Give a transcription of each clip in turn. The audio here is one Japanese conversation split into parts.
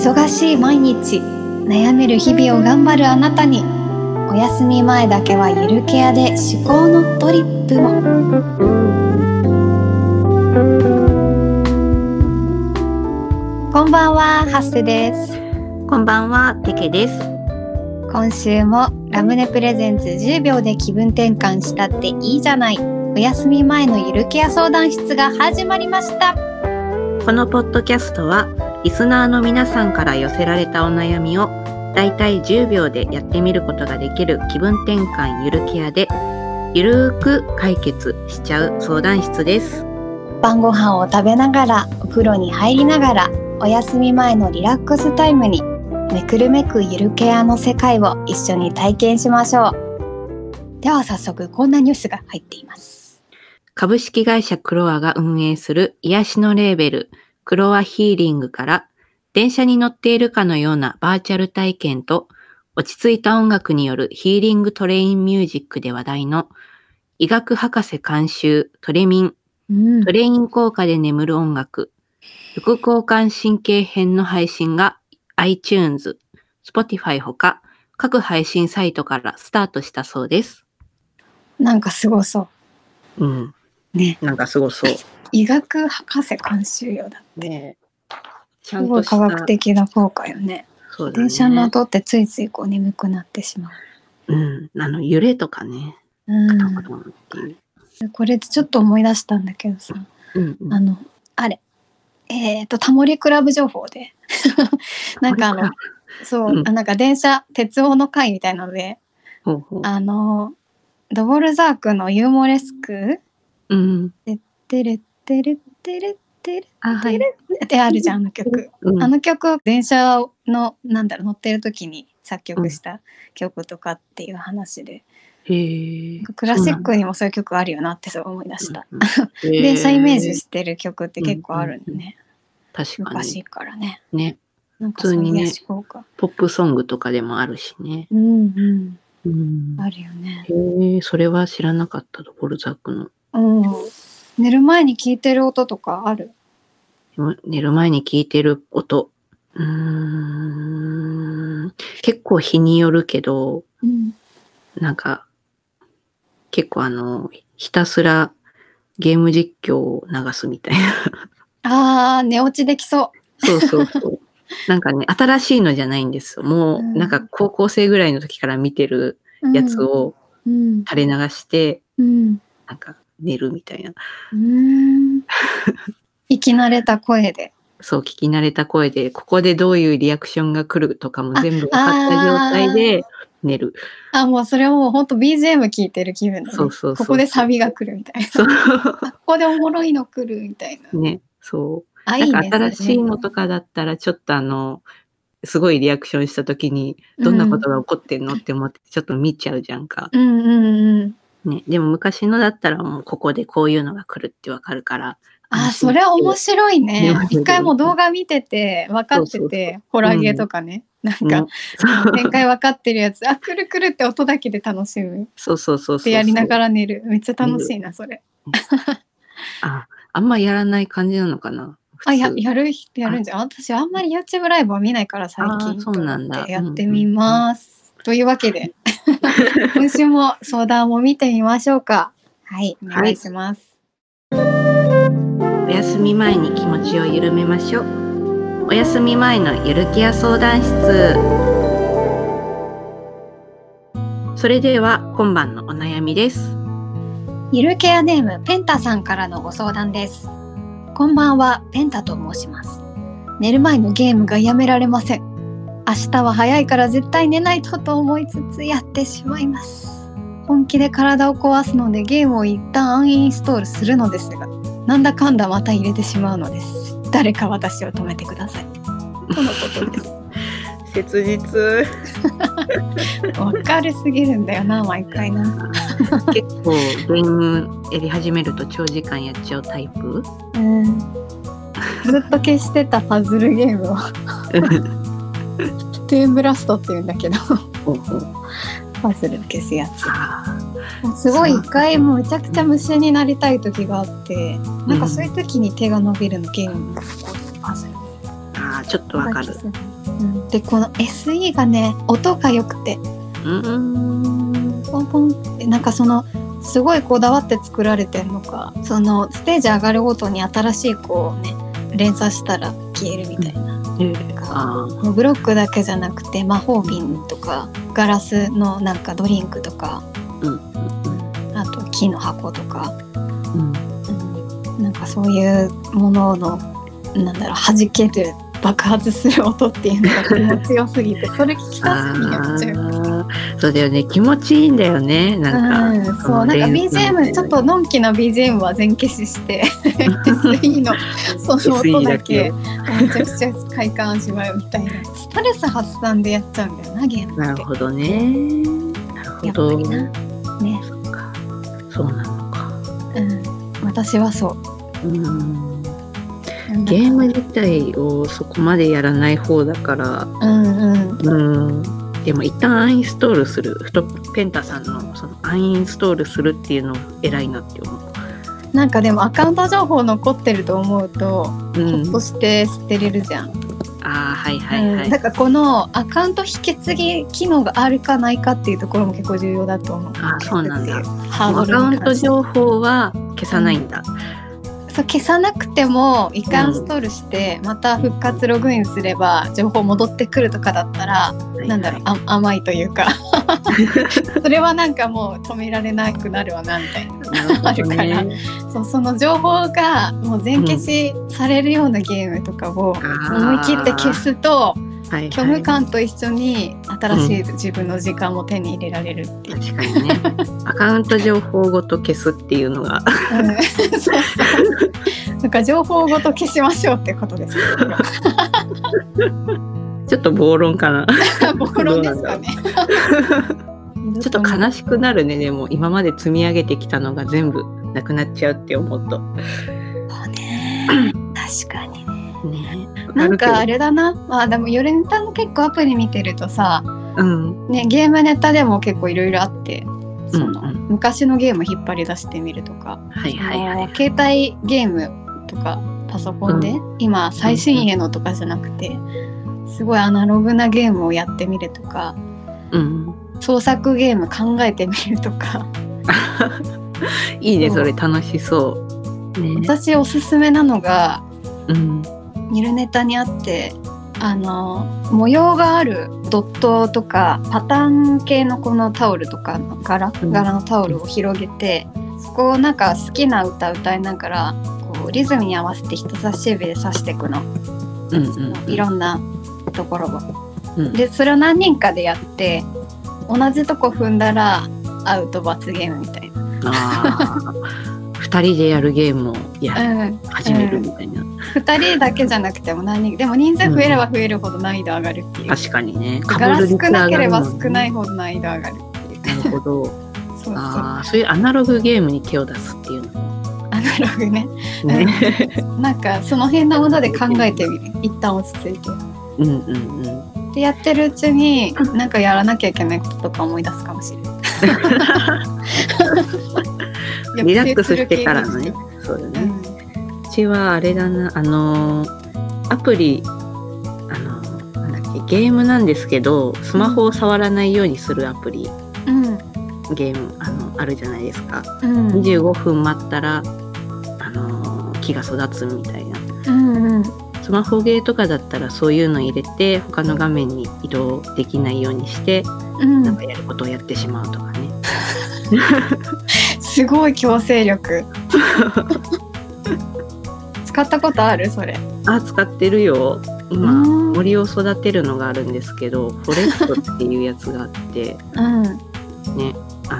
忙しい毎日、悩める日々を頑張るあなたに、お休み前だけはゆるケアで至高のドリップを。こんばんは、ハッセです。 こんばんは、テケです。 今週もラムネプレゼンツ10秒で気分転換したっていいじゃない、お休み前のゆるケア相談室が始まりました。 このポッドキャストはリスナーの皆さんから寄せられたお悩みをだいたい10秒でやってみることができる気分転換ゆるケアでゆるーく解決しちゃう相談室です。 晩ご飯を食べながら、お風呂に入りながら、お休み前のリラックスタイムにめくるめくゆるケアの世界を一緒に体験しましょう。では早速こんなニュースが入っています。 株式会社クロアが運営する癒しのレーベルクロアヒーリングから電車に乗っているかのようなバーチャル体験と落ち着いた音楽によるヒーリングトレインミュージックで話題の医学博士監修トレミン、トレイン効果で眠る音楽副交感神経編の配信が iTunes、Spotify ほか各配信サイトからスタートしたそうです。 なんかすごそう。ね。 なんかすごそう。 医学博士監修よだって。 ね、ちゃんとしたすごい科学的な効果よね。そうだね。電車の音ってついついこう眠くなってしまう。揺れとかね。 これでちょっと思い出したんだけどさ、あれ。タモリクラブ情報でなんかなんか電車鉄道の会みたいなのでドボルザークのユーモレスクテレテレテレテレテレってあるじゃん、あの曲、あの曲電車の乗ってる時に作曲した曲とかっていう話で、クラシックにもそういう曲あるよなってそう思い出した。電車イメージしてる曲って結構あるんだね。 確かに昔からね。 普通にね、ポップソングとかでもあるしね。あるよね。それは知らなかった、ドボルザークの。 寝る前に聞いてる音とかある？ 寝る前に聞いてる音。結構日によるけど、なんか結構ひたすらゲーム実況を流すみたいな。寝落ちできそう。 そう。なんかね、新しいのじゃないんですよ。もうなんか高校生ぐらいの時から見てるやつを垂れ流して、なんか寝るみたいな。 聞き慣れた声で。 そう、聞き慣れた声で、ここでどういうリアクションが来るとかも全部分かった状態で寝る。 もうそれはもうほんと BGM 聞いてる気分だね。そう。ここでサビが来るみたいな。ここでおもろいの来るみたいな。 ね、そう。なんか新しいのとかだったらちょっとすごいリアクションした時にどんなことが起こってんのって思ってちょっと見ちゃうじゃんか。ね、でも昔のだったらもうここでこういうのが来るってわかるから。 それは面白いね。一回も動画見てて分かってて、ホラーゲーとかね、なんか展開分かってるやつ、来る来るって音だけで楽しむ。 そうってやりながら寝る。めっちゃ楽しいなそれ。 あんまやらない感じなのかな。 やる人やるんじゃん。私あんまり YouTube ライブは見ないから最近と思ってやってみます。というわけで今週も相談を見てみましょうか。はい、お願いします。 お休み前に気持ちを緩めましょう。お休み前のゆるケア相談室。それでは今晩のお悩みです。 ゆるケアネームペンタさんからのご相談です。こんばんは、ペンタと申します。寝る前のゲームがやめられません。明日は早いから絶対寝ないとと思いつつやってしまいます。本気で体を壊すのでゲームを一旦アンインストールするのですが、なんだかんだまた入れてしまうのです。誰か私を止めてください。とのことです。 切実。 わかるすぎるんだよな、毎回な。 結構ゲームやり始めると長時間やっちゃうタイプ？ ずっと消してたパズルゲームをトゥーンブラストっていうんだけどパズル消すやつ。すごい一回もうめちゃくちゃ無心になりたい時があって、なんかそういう時に手が伸びるのゲームのパズル。 ちょっとわかる。 でこの SE がね音が良くてポンポンってなんかそのすごいこだわって作られてるのか、そのステージ上がるごとに新しいこうね連鎖したら消えるみたいな、ブロックだけじゃなくて魔法瓶とかガラスのなんかドリンクとか、あと木の箱とか、なんかそういうもののなんだろう弾けて爆発する音っていうのが気持ちよすぎてそれ聞きたすぎやっちゃう。 そうだよね、気持ちいいんだよね。なんか、 そうなんか BGM ちょっとのんきな BGM は全消ししてSE のその音だけめちゃくちゃ快感味わうみたいな、ストレス発散でやっちゃうんだよなゲームって。 なるほどね。なるほど。 やっぱりなね。 そうなのか。 私はそう。 ゲーム自体をそこまでやらない方だから、でも一旦アンインストールする、ペンタさんのそのアンインストールするっていうの偉いなって思う。 なんかでもアカウント情報残ってると思うと、ほっとして捨てれるじゃん。だからこのアカウント引き継ぎ機能があるかないかっていうところも結構重要だと思う。 そうなんだ。アカウント情報は消さないんだ。 消さなくても一回インストールして、また復活ログインすれば情報戻ってくるとかだったら、なんだろう、甘いというかそれはなんかもう止められなくなるわなみたいなあるから、その情報がもう全消しされるようなゲームとかを思い切って消すと、虚無感と一緒に新しい自分の時間も手に入れられるっていう、 確かにねアカウント情報ごと消すっていうのがなんか情報ごと消しましょうってことですちょっと暴論かな暴論ですかねちょっと悲しくなるね。でも今まで積み上げてきたのが全部なくなっちゃうって思うと、 そうね確かにね。なんかあれだな、でもヨレネタも結構アプリ見てるとさ、ゲームネタでも結構いろいろあって、その昔のゲーム引っ張り出してみるとか、携帯ゲームとかパソコンで、今最新鋭のとかじゃなくて、すごいアナログなゲームをやってみるとか、創作ゲーム考えてみるとかいいね、それ楽しそう、ね、 私おすすめなのが、ニルネタにあって、模様があるドットとかパターン系のこのタオルとか柄のタオルを広げて、そこをなんか好きな歌歌いながらこうリズムに合わせて人差し指で刺していくの、いろんなところを、でそれを何人かでやって同じとこ踏んだらアウト罰ゲームみたいな 2人でやるゲームを始めるみたいな、 2人だけじゃなくても何人でも人数増えれば増えるほど難易度上がるっていう、 確かにね、 柄少なければ少ないほど難易度上がるっていう、 なるほどそういうアナログゲームに手を出すっていうのもアナログねなんかその辺のもので考えてみる、一旦落ち着いて、でやってるうちになんかやらなきゃいけないこととか思い出すかもしれないリラックスしてからのね。そうだね、うちはあれだな、アプリなんだっけ、ゲームなんですけどスマホを触らないようにするアプリ、ゲームあるじゃないですか、25分待ったら木が育つみたいな、スマホゲーとかだったらそういうの入れて他の画面に移動できないようにして、なんかやることをやってしまうとかねすごい強制力使ったことあるそれ？ 使ってるよ。今森を育てるのがあるんですけど、フォレストっていうやつがあって、ね、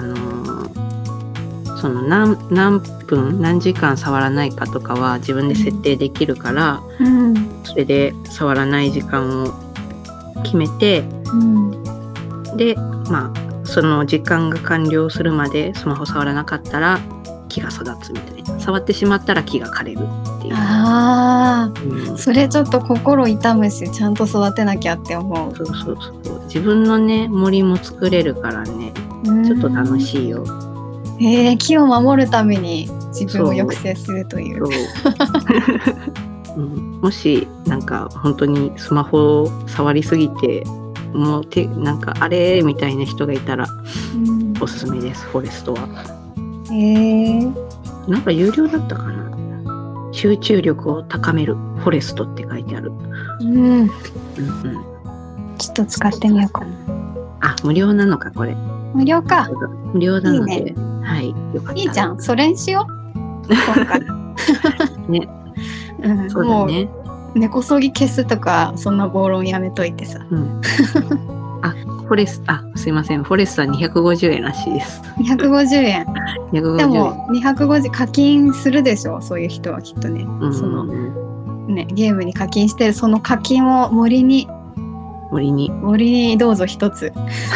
その何分何時間触らないかとかは自分で設定できるから、それで触らない時間を決めて、でその時間が完了するまでスマホ触らなかったら木が育つみたいな、触ってしまったら木が枯れるっていう。それちょっと心痛むし、ちゃんと育てなきゃって思う。そう自分のね森も作れるからね、ちょっと楽しいよ。 木を守るために自分を抑制するという。 もしなんか本当にスマホを触りすぎてもうなんかあれみたいな人がいたらおすすめです、フォレストは。なんか有料だったかな。集中力を高めるフォレストって書いてある。 ちょっと使ってみようかな。 あ、無料なのかこれ。 無料か。 無料なので、 いいね。 はい、よかった。 いいじゃん、それにしよう。今回。 ね、そうだね。 もう根こそぎ消すとかそんな暴論やめといてさ。 あ、すいません、フォレストは250円らしいです。 250円。 250円。 でも250課金するでしょ、そういう人はきっとね。そのね、ゲームに課金してるその課金を森にどうぞ一つ。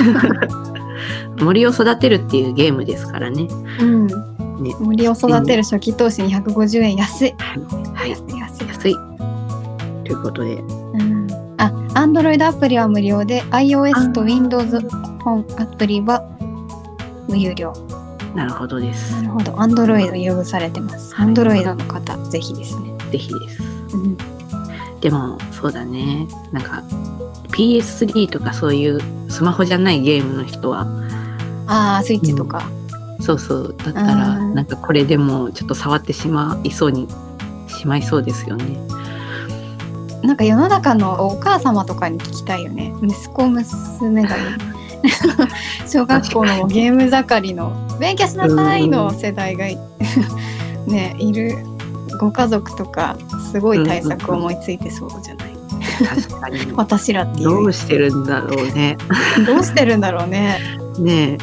森を育てるっていうゲームですからね。 ね、森を育てる初期投資250円、安い。 はい、安い。ということで。 Android アプリは無料で、iOS と Windows 本アプリは無有料。 なるほどです。 なるほど。Android 優遇されてます。Android の方、ぜひですね。 ぜひです。でもそうだね。なんか PS3 とかそういうスマホじゃないゲームの人は、 スイッチとか。 そうそうだったらなんかこれでもちょっと触ってしまいそうですよね。 なんか世の中のお母様とかに聞きたいよね。息子娘が小学校のゲーム盛りの勉強しなさいの世代がねいるご家族とか、すごい対策を思いついてそうじゃない？ 確かに。 私らっていう。 どうしてるんだろうね。 どうしてるんだろうね。 ねえ。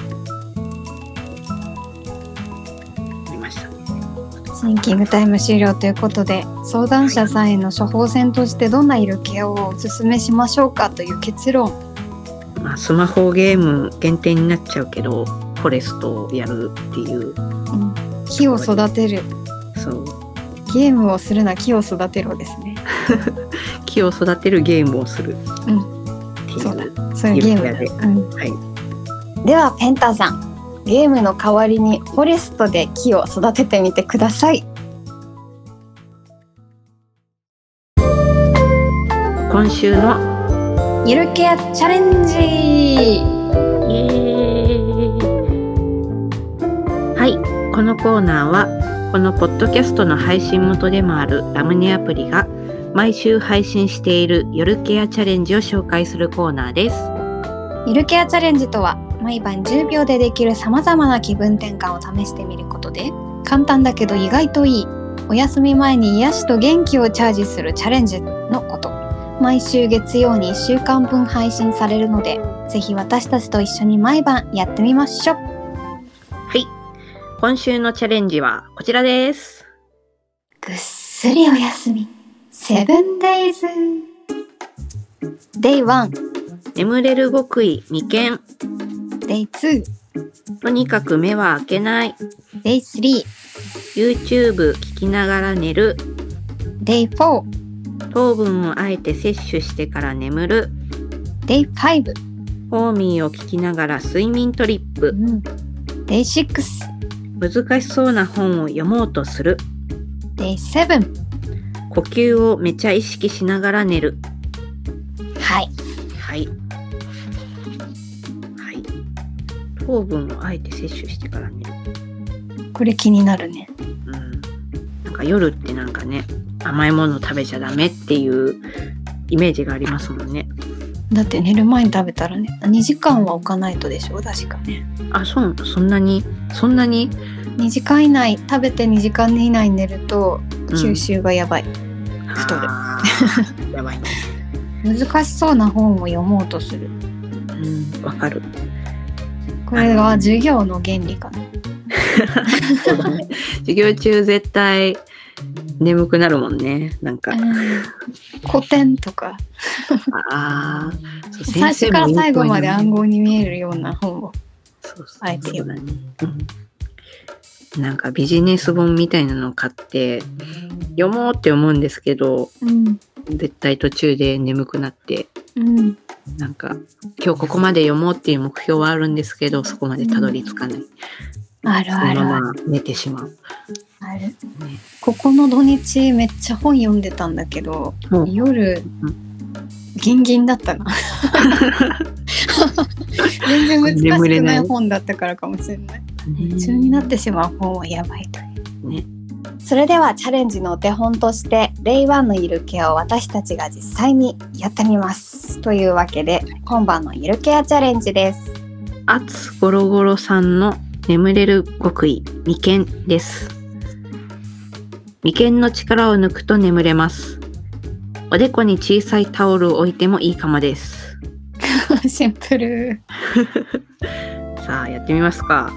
見ましたね。 シンキングタイム終了ということで、相談者さんへの処方箋としてどんな色気をおすすめしましょうかという結論。 スマホゲーム限定になっちゃうけど、フォレストをやるっていう、 木を育てる。 そう。 ゲームをするな、木を育てろですね。 木を育てるゲームをする。 そうだ。そういうゲームだ。 はい。 ではペンタさん、ゲームの代わりにフォレストで木を育ててみてください。 今週のゆるケアチャレンジ。 はい、このコーナーはこのポッドキャストの配信元でもあるラムネアプリが毎週配信しているゆるケアチャレンジを紹介するコーナーです。 ゆるケアチャレンジとは、毎晩10秒でできるさまざまな気分転換を試してみることで、簡単だけど意外といい、お休み前に癒しと元気をチャージするチャレンジのこと。毎週月曜に1週間分配信されるので、ぜひ私たちと一緒に毎晩やってみましょう。 はい、今週のチャレンジはこちらです。 ぐっすりお休み7 days。 Day1、 眠れる極意2件。 Day2、 とにかく目は開けない。 Day3、 YouTube 聞きながら寝る。 Day4、 糖分をあえて摂取してから眠る。 Day5、 ホーミーを聞きながら睡眠トリップ。 Day6、 難しそうな本を読もうとする。 Day7、 呼吸をめちゃ意識しながら寝る。 はいはいはい。糖分をあえて摂取してから寝る。 これ気になるね。 なんか夜ってなんかね、甘いもの食べちゃダメっていうイメージがありますもんね。 だって寝る前に食べたらね、2時間は置かないとでしょ、確かね。 そんなに 2時間以内、食べて2時間以内に寝ると吸収がやばい、太る。 やばいね。 難しそうな本を読もうとする。 わかる。 これが授業の原理かな。 そうだね。授業中絶対眠くなるもんね。なんか古典とかそう最初から最後まで暗号に見えるような本をあえて読む。 なんかビジネス本みたいなのを買って読もうって思うんですけど、絶対途中で眠くなって、なんか今日ここまで読もうっていう目標はあるんですけど、そこまでたどり着かない。 あるある。 そのまま寝てしまう。 あある。ここの土日めっちゃ本読んでたんだけど、夜ギンギンだったな。全然難しくない本だったからかもしれない。夢中になってしまう本はやばいというね。それではチャレンジのお手本としてレイワンのゆるケアを私たちが実際にやってみますというわけで、今晩のゆるケアチャレンジです。 あつゴロゴロさんの眠れる極意眉間です。眉間の力を抜くと眠れます。おでこに小さいタオルを置いてもいいかもです。 シンプル。 さあやってみますか。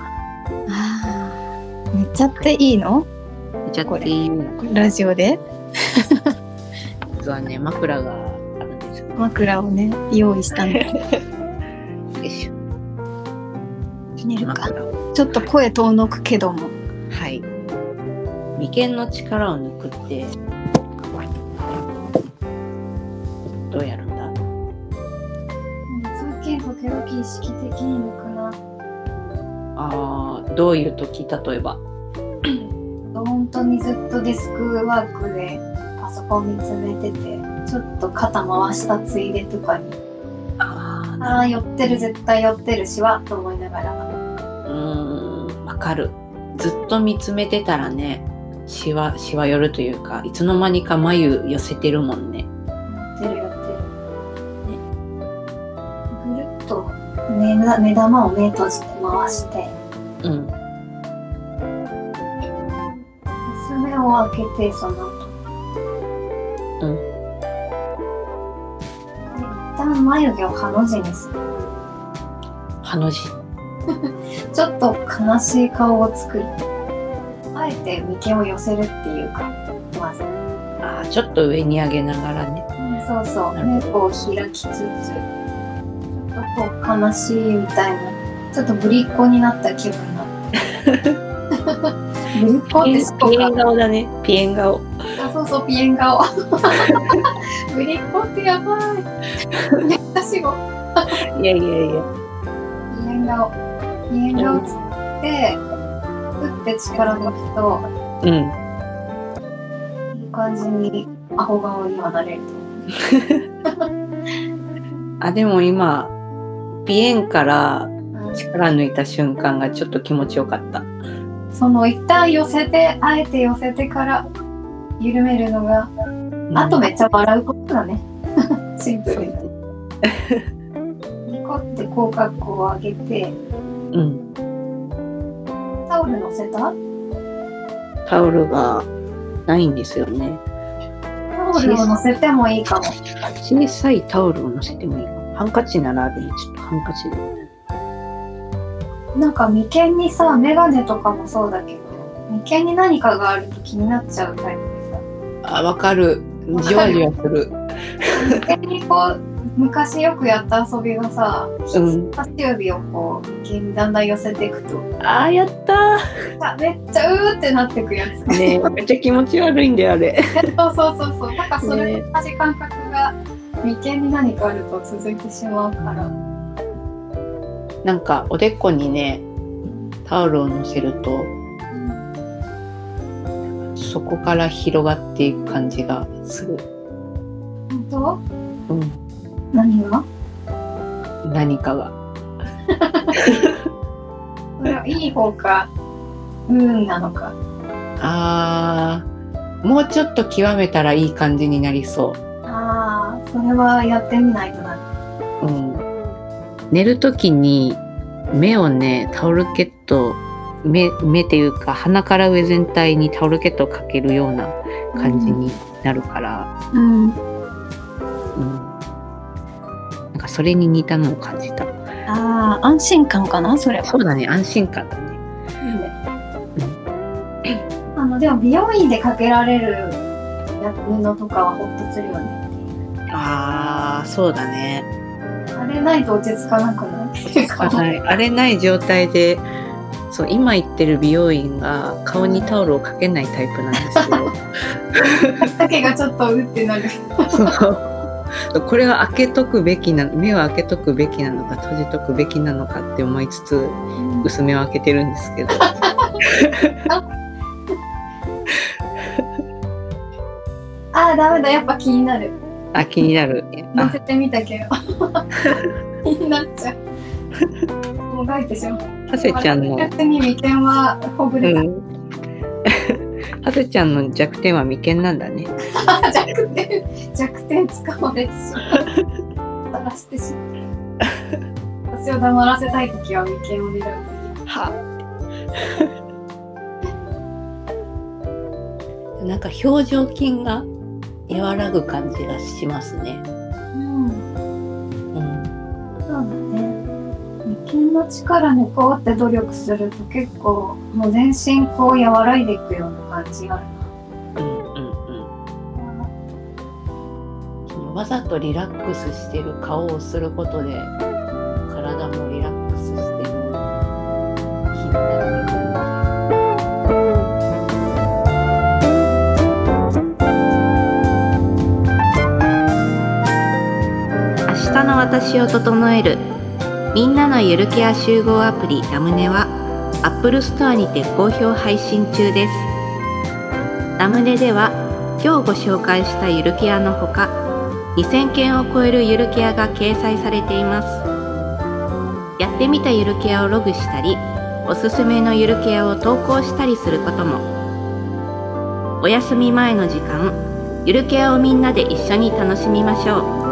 寝ちゃっていいの？ 寝ちゃっていいの？ ラジオで？ 実はね、枕があるんですよ。 枕をね用意したんです。 よいしょ。 寝るか。ちょっと声遠のくけども。 はい。眉間の力を抜くってどうやるんだ？ 通勤時々意識的に抜くな。 どういう時？例えば本当にずっとデスクワークでパソコン見つめてて、ちょっと肩回したついでとかに寄ってる、絶対寄ってるしわと思いながら。 わかる。ずっと見つめてたらね、しわ寄るというか、いつの間にか眉寄せてるもんね。 寄ってる、ね、ぐるっと目玉を目閉じて回して、目を開けて、その後一旦眉毛をハの字にする。 ハの字。 ちょっと悲しい顔を作る。あえて眉間を寄せるっていうか、まずちょっと上に上げながらね。 そうそう、目を開きつつ、ちょっとこう悲しいみたいな、ちょっとぶりっ子になった気分になってぶりっ子ってそうか、 ピエン顔だね。ピエン顔。 そう、ピエン顔。ぶりっ子ってやばい。めっちゃ死後。 いや。 ピエン顔つって打って力抜くと、いい感じにアホ顔にはなれると思う。 でも今ピエンから力抜いた瞬間がちょっと気持ちよかった。 その一旦あえて寄せてから緩めるのが、あとめっちゃ笑うことだね。シンプルに。ニコって口角を上げて、タオル乗せた？ タオルがないんですよね。 タオルを乗せてもいいかも。 小さいタオルを乗せてもいいかも。ハンカチならあるね。ちょっとハンカチで。 なんか眉間にさ、メガネとかもそうだけど、眉間に何かがあると気になっちゃうタイプでさ。 わかる。じわじわする。 眉間にこう、昔よくやった遊びがさ、人差し指をこう眉間にだんだん寄せていくと、 やったー。めっちゃうーってなってくやつね。めっちゃ気持ち悪いんだよあれ。 そう。なんかそれと同じ感覚が眉間に何かあると続いてしまうから。 なんかおでこにねタオルを乗せると、そこから広がっていく感じがする。 本当？何が？ 何かが。 それはいい方かなのか。 もうちょっと極めたらいい感じになりそう。 それはやってみないとな。 寝るときに目をねタオルケット、目っていうか鼻から上全体にタオルケットをかけるような感じになるから、なんかそれに似たのを感じた。 安心感かな、それは。 そうだね、安心感だね。 でも美容院でかけられる布とかはホッとするよね。 そうだね。 あれないと落ち着かなくない？ あれない状態で、そう今行ってる美容院が顔にタオルをかけないタイプなんですよ。 だけがちょっとってなる。 これは開けとくべきな、目を開けとくべきなのか閉じとくべきなのかって思いつつ、薄めを開けてるんですけど。 ダメだ、やっぱ気になる。 あ、気になる。 乗せてみたけど気になっちゃう。もがいてしまう。 ハセちゃんの逆に眉間はほぐれた。 ハセちゃんの弱点は眉間なんだね。 弱点使われてしまう。晒してしまう。私を黙らせたいときは眉間を狙う。 はなんか表情筋が和らぐ感じがしますね。 そうだね。眉間の力抜こうって努力すると結構もう全身こう和らいでいくような感じがあるな。わざとリラックスしてる顔をすることで体もリラックスして気になる。明日の私を整えるみんなのゆるケア集合アプリラムネは Apple Store にて好評配信中です。ラムネでは今日ご紹介したゆるケアのほか2000件を超えるゆるケアが掲載されています。やってみたゆるケアをログしたり、おすすめのゆるケアを投稿したりすることも。お休み前の時間、ゆるケアをみんなで一緒に楽しみましょう。